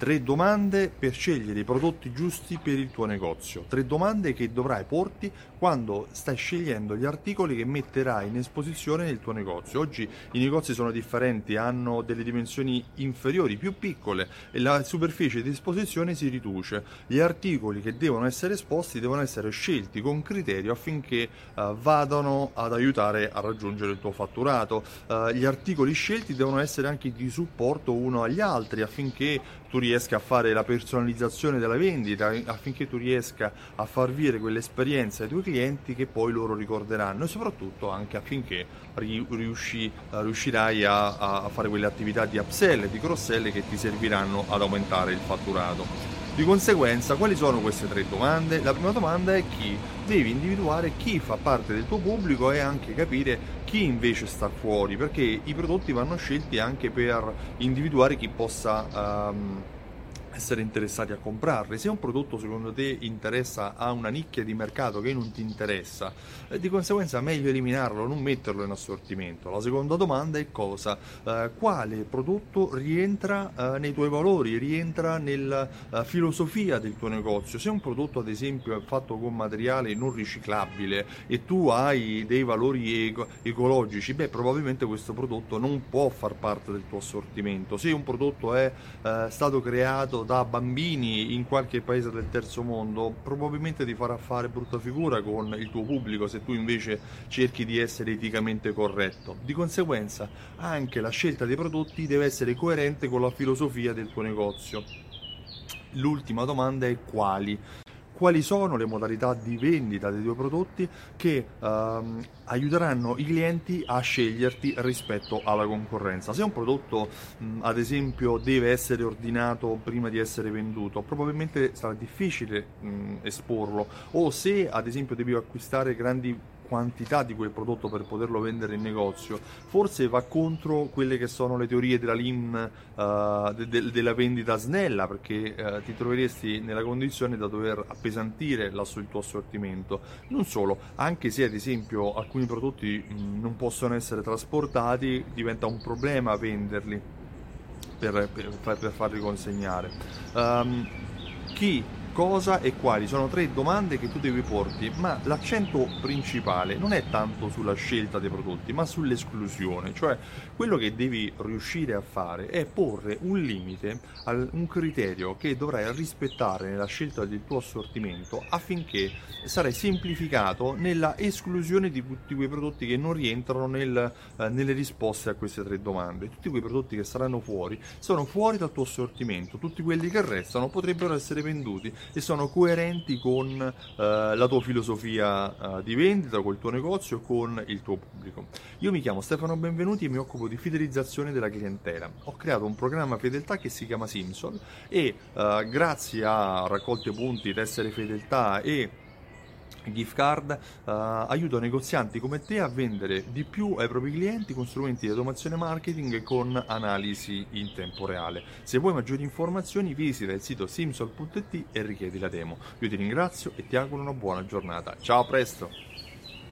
3 domande per scegliere i prodotti giusti per il tuo negozio. 3 domande che dovrai porti quando stai scegliendo gli articoli che metterai in esposizione nel tuo negozio. Oggi i negozi sono differenti, hanno delle dimensioni inferiori, più piccole, e la superficie di esposizione si riduce. Gli articoli che devono essere esposti devono essere scelti con criterio affinché vadano ad aiutare a raggiungere il tuo fatturato. Gli articoli scelti devono essere anche di supporto uno agli altri affinché tu riesca a fare la personalizzazione della vendita, affinché tu riesca a far vivere quell'esperienza ai tuoi clienti che poi loro ricorderanno, e soprattutto anche affinché riuscirai a fare quelle attività di upsell e di cross-sell che ti serviranno ad aumentare il fatturato. Di conseguenza, quali sono queste 3 domande? La prima domanda è chi. Devi individuare chi fa parte del tuo pubblico e anche capire chi invece sta fuori, perché i prodotti vanno scelti anche per individuare chi possa essere interessati a comprarli. Se un prodotto secondo te interessa a una nicchia di mercato che non ti interessa, di conseguenza è meglio eliminarlo, non metterlo in assortimento. La seconda domanda è cosa? Quale prodotto rientra nei tuoi valori, rientra nella filosofia del tuo negozio? Se un prodotto ad esempio è fatto con materiale non riciclabile e tu hai dei valori ecologici, probabilmente questo prodotto non può far parte del tuo assortimento. Se un prodotto è stato creato da bambini in qualche paese del terzo mondo, probabilmente ti farà fare brutta figura con il tuo pubblico se tu invece cerchi di essere eticamente corretto. Di conseguenza anche la scelta dei prodotti deve essere coerente con la filosofia del tuo negozio. L'ultima domanda è quali. Quali sono le modalità di vendita dei tuoi prodotti che aiuteranno i clienti a sceglierti rispetto alla concorrenza? Se un prodotto ad esempio deve essere ordinato prima di essere venduto, probabilmente sarà difficile esporlo, o se ad esempio devi acquistare grandi quantità di quel prodotto per poterlo vendere in negozio, forse va contro quelle che sono le teorie della Lean, della vendita snella, perché ti troveresti nella condizione da dover appesantire il tuo assortimento. Non solo, anche se ad esempio alcuni prodotti non possono essere trasportati, diventa un problema venderli per farli consegnare. Chi, cosa e quali sono 3 domande che tu devi porti, ma l'accento principale non è tanto sulla scelta dei prodotti ma sull'esclusione. Cioè quello che devi riuscire a fare è porre un limite, un criterio che dovrai rispettare nella scelta del tuo assortimento, affinché sarai semplificato nella esclusione di tutti quei prodotti che non rientrano nelle risposte a queste 3 domande. Tutti quei prodotti che saranno fuori sono fuori dal tuo assortimento, tutti quelli che restano potrebbero essere venduti e sono coerenti con la tua filosofia di vendita, col tuo negozio, con il tuo pubblico. Io mi chiamo Stefano Benvenuti e mi occupo di fidelizzazione della clientela. Ho creato un programma fedeltà che si chiama Simsol e grazie a raccolte punti, tessere fedeltà e gift card, aiuto negozianti come te a vendere di più ai propri clienti con strumenti di automazione marketing e con analisi in tempo reale. Se vuoi maggiori informazioni visita il sito simsol.it e richiedi la demo. Io ti ringrazio e ti auguro una buona giornata. Ciao, a presto!